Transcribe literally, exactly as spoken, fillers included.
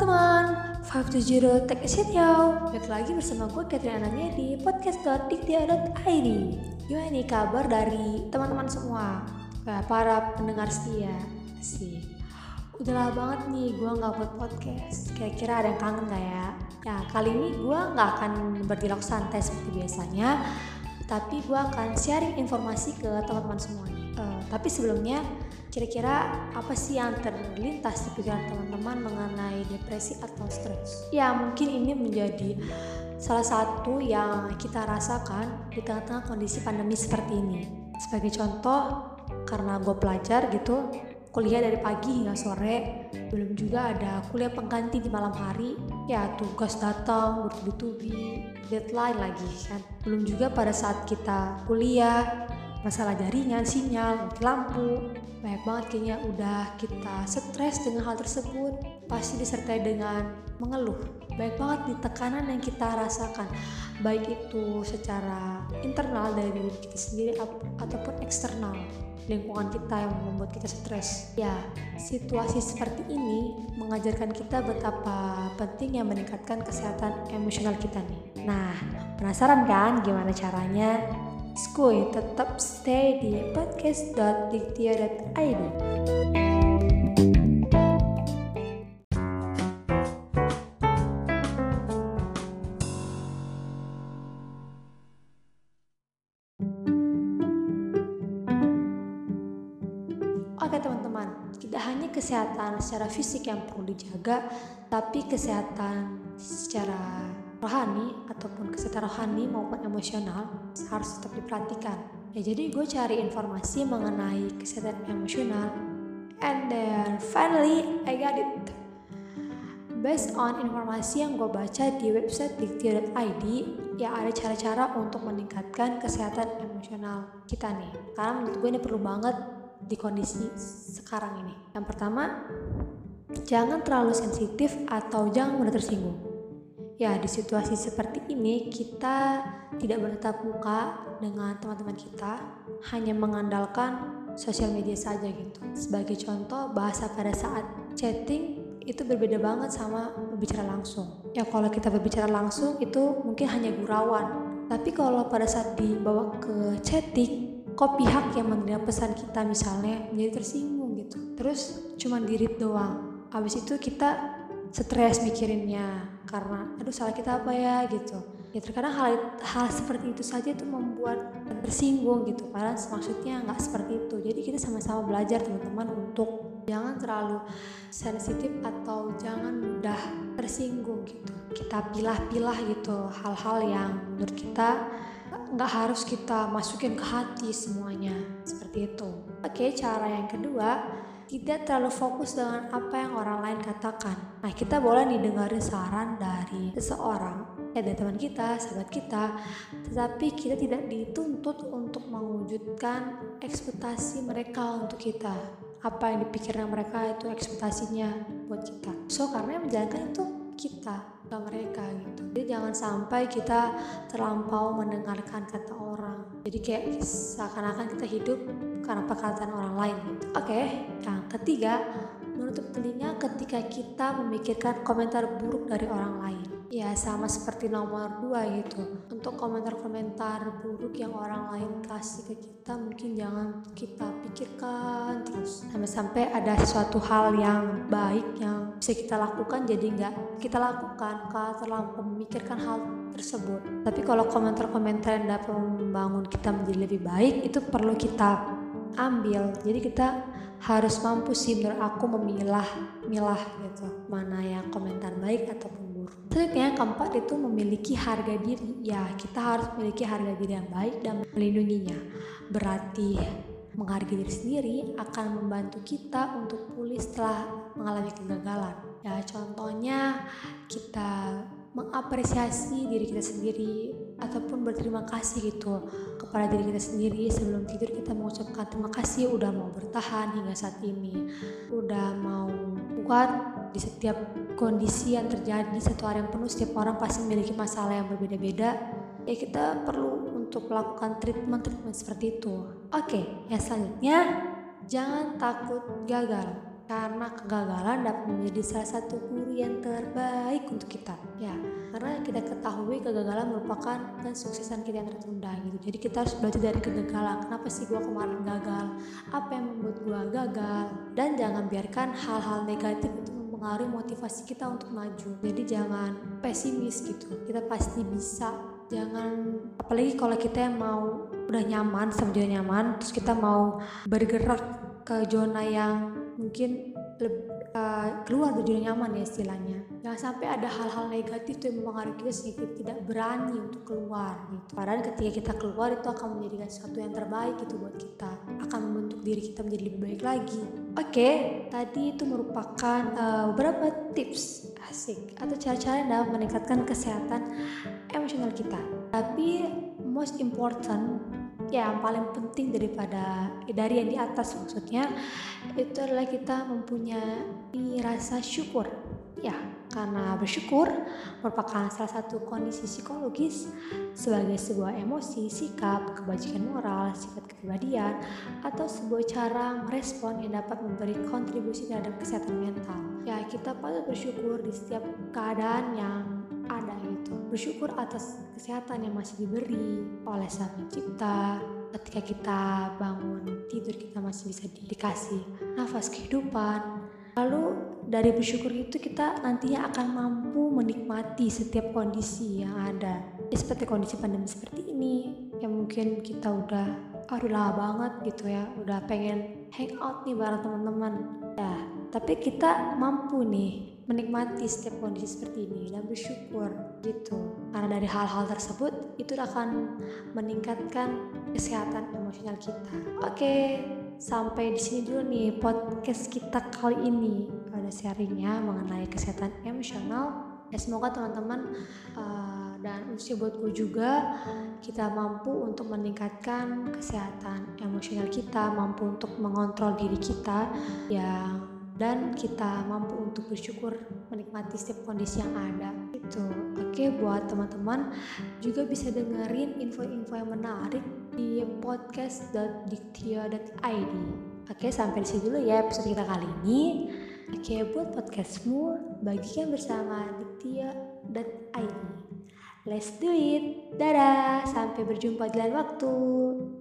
teman-teman, lima tujuh zero Tech Asia Tiao. Balik lagi bersama gue Catherine Anamia di podcast dot diktia dot i d. Gimana nih kabar dari teman-teman semua, para pendengar setia? Asik. Udah lama banget nih gue gak buat podcast. Kira-kira ada yang kangen gak ya? Ya kali ini gue gak akan berdialog santai seperti biasanya, tapi gue akan sharing informasi ke teman-teman semuanya. Uh, tapi sebelumnya, kira-kira apa sih yang terlintas di pikiran teman-teman mengenai depresi atau stres? Ya mungkin ini menjadi salah satu yang kita rasakan di tengah-tengah kondisi pandemi seperti ini. Sebagai contoh, karena gue pelajar gitu, kuliah dari pagi hingga sore, belum juga ada kuliah pengganti di malam hari, ya tugas datang bertubi-tubi, deadline lagi kan. Belum juga pada saat kita kuliah, masalah jaringan, sinyal, mati lampu, banyak banget kayaknya udah kita stres dengan hal tersebut, pasti disertai dengan mengeluh. Banyak banget di tekanan yang kita rasakan, baik itu secara internal dari diri kita sendiri ataupun eksternal, lingkungan kita yang membuat kita stres. Ya, situasi seperti ini mengajarkan kita betapa pentingnya meningkatkan kesehatan emosional kita nih. Nah, penasaran kan gimana caranya? Skuy, tetap stay di podcast dot diktia dot i d. Oke teman-teman, tidak hanya kesehatan secara fisik yang perlu dijaga, tapi kesehatan secara rohani ataupun kesehatan rohani maupun emosional harus tetap diperhatikan. Ya jadi gue cari informasi mengenai kesehatan emosional, and then finally I got it. Based on informasi yang gue baca di website diktia dot i d, ya ada cara-cara untuk meningkatkan kesehatan emosional kita nih. Karena menurut gue ini perlu banget di kondisi sekarang ini. Yang pertama, jangan terlalu sensitif atau jangan mudah tersinggung. Ya, di situasi seperti ini kita tidak bertatap muka dengan teman-teman kita, hanya mengandalkan sosial media saja gitu. Sebagai contoh, bahasa pada saat chatting itu berbeda banget sama berbicara langsung. Ya, kalau kita berbicara langsung itu mungkin hanya gurauan, tapi kalau pada saat dibawa ke chatting, kok pihak yang menerima pesan kita misalnya menjadi tersinggung gitu. Terus cuma di-read doang. Habis itu kita stres mikirinnya karena aduh salah kita apa ya gitu. Ya terkadang hal hal seperti itu saja itu membuat tersinggung gitu, padahal maksudnya nggak seperti itu. Jadi kita sama-sama belajar teman-teman untuk jangan terlalu sensitif atau jangan mudah tersinggung gitu. Kita pilah-pilah gitu hal-hal yang menurut kita nggak harus kita masukin ke hati semuanya seperti itu. Oke, cara yang kedua, tidak terlalu fokus dengan apa yang orang lain katakan. Nah, kita boleh nih dengerin saran dari seseorang, ya dari teman kita, sahabat kita, tetapi kita tidak dituntut untuk mewujudkan ekspektasi mereka untuk kita. Apa yang dipikirkan mereka itu ekspektasinya buat kita. So, karena yang menjalankan itu kita, bukan mereka gitu. Jadi jangan sampai kita terlampau mendengarkan kata orang. Jadi kayak seakan-akan kita hidup karena perkataan orang lain gitu. Oke, yang ketiga, menutup telinga ketika kita memikirkan komentar buruk dari orang lain. Ya sama seperti nomor dua gitu. Untuk komentar-komentar buruk yang orang lain kasih ke kita, mungkin jangan kita pikirkan terus. Sampai-sampai ada sesuatu hal yang baik yang bisa kita lakukan jadi nggak kita lakukan kalau terlalu memikirkan hal tersebut. Tapi kalau komentar-komentar yang dapat membangun kita menjadi lebih baik, itu perlu kita ambil. Jadi kita harus mampu sih menurut aku memilah milah gitu mana yang komentar baik ataupun buruk. Selanjutnya yang keempat itu memiliki harga diri. Ya kita harus memiliki harga diri yang baik dan melindunginya. Berarti menghargai diri sendiri akan membantu kita untuk pulih setelah mengalami kegagalan. Ya contohnya kita mengapresiasi diri kita sendiri ataupun berterima kasih gitu kepada diri kita sendiri. Sebelum tidur kita mengucapkan terima kasih udah mau bertahan hingga saat ini, udah mau kuat di setiap kondisi yang terjadi. Satu hari yang penuh, setiap orang pasti memiliki masalah yang berbeda-beda. Ya kita perlu untuk melakukan treatment-treatment seperti itu. Oke, yang selanjutnya, jangan takut gagal. karena kegagalan dapat menjadi salah satu guru yang terbaik untuk kita. Ya, karena kita ketahui kegagalan merupakan kesuksesan kita yang tertunda gitu. Jadi kita harus belajar dari kegagalan. Kenapa sih gue kemarin gagal? Apa yang membuat gue gagal? Dan jangan biarkan hal-hal negatif itu mempengaruhi motivasi kita untuk maju. Jadi jangan pesimis gitu. Kita pasti bisa. Jangan, apalagi kalau kita yang mau udah nyaman sama zona nyaman, terus kita mau bergerak ke zona yang mungkin lebih uh, keluar dari zona nyaman ya istilahnya. Jangan sampai ada hal-hal negatif yang mempengaruhi kita sehingga kita tidak berani untuk keluar gitu. Padahal ketika kita keluar itu akan menjadikan sesuatu yang terbaik gitu buat kita, akan membentuk diri kita menjadi lebih baik lagi. Oke, tadi itu merupakan uh, beberapa tips asik atau cara-cara yang dapat meningkatkan kesehatan emosional kita. Tapi most important, ya yang paling penting daripada dari yang di atas maksudnya, itu adalah kita mempunyai rasa syukur. Ya, karena bersyukur merupakan salah satu kondisi psikologis sebagai sebuah emosi, sikap, kebajikan moral, sifat kepribadian, atau sebuah cara merespon yang dapat memberi kontribusi terhadap kesehatan mental. Ya, kita patut bersyukur di setiap keadaan yang ada gitu. Bersyukur atas kesehatan yang masih diberi oleh Sang Pencipta. Ketika kita bangun tidur, kita masih bisa dikasih nafas kehidupan. Lalu dari bersyukur itu kita nantinya akan mampu menikmati setiap kondisi yang ada. Ya, seperti kondisi pandemi seperti ini, yang mungkin kita udah aduh lama banget gitu ya, udah pengen hangout nih bareng teman-teman. Ya, tapi kita mampu nih menikmati setiap kondisi seperti ini dan bersyukur gitu. Karena dari hal-hal tersebut itu akan meningkatkan kesehatan emosional kita. Oke, sampai di sini dulu nih podcast kita kali ini. Ada sharingnya mengenai kesehatan emosional. Ya, semoga teman-teman uh, dan usia buatku juga kita mampu untuk meningkatkan kesehatan emosional kita, mampu untuk mengontrol diri kita yang dan kita mampu untuk bersyukur menikmati setiap kondisi yang ada itu. Oke, buat teman-teman juga bisa dengerin info-info yang menarik di podcast dot diktia dot i d. Oke, sampai di sini dulu ya episode kita kali ini. Oke, buat podcastmu bagikan bersama diktia dot i d. Let's do it. Dadah, sampai berjumpa di lain waktu.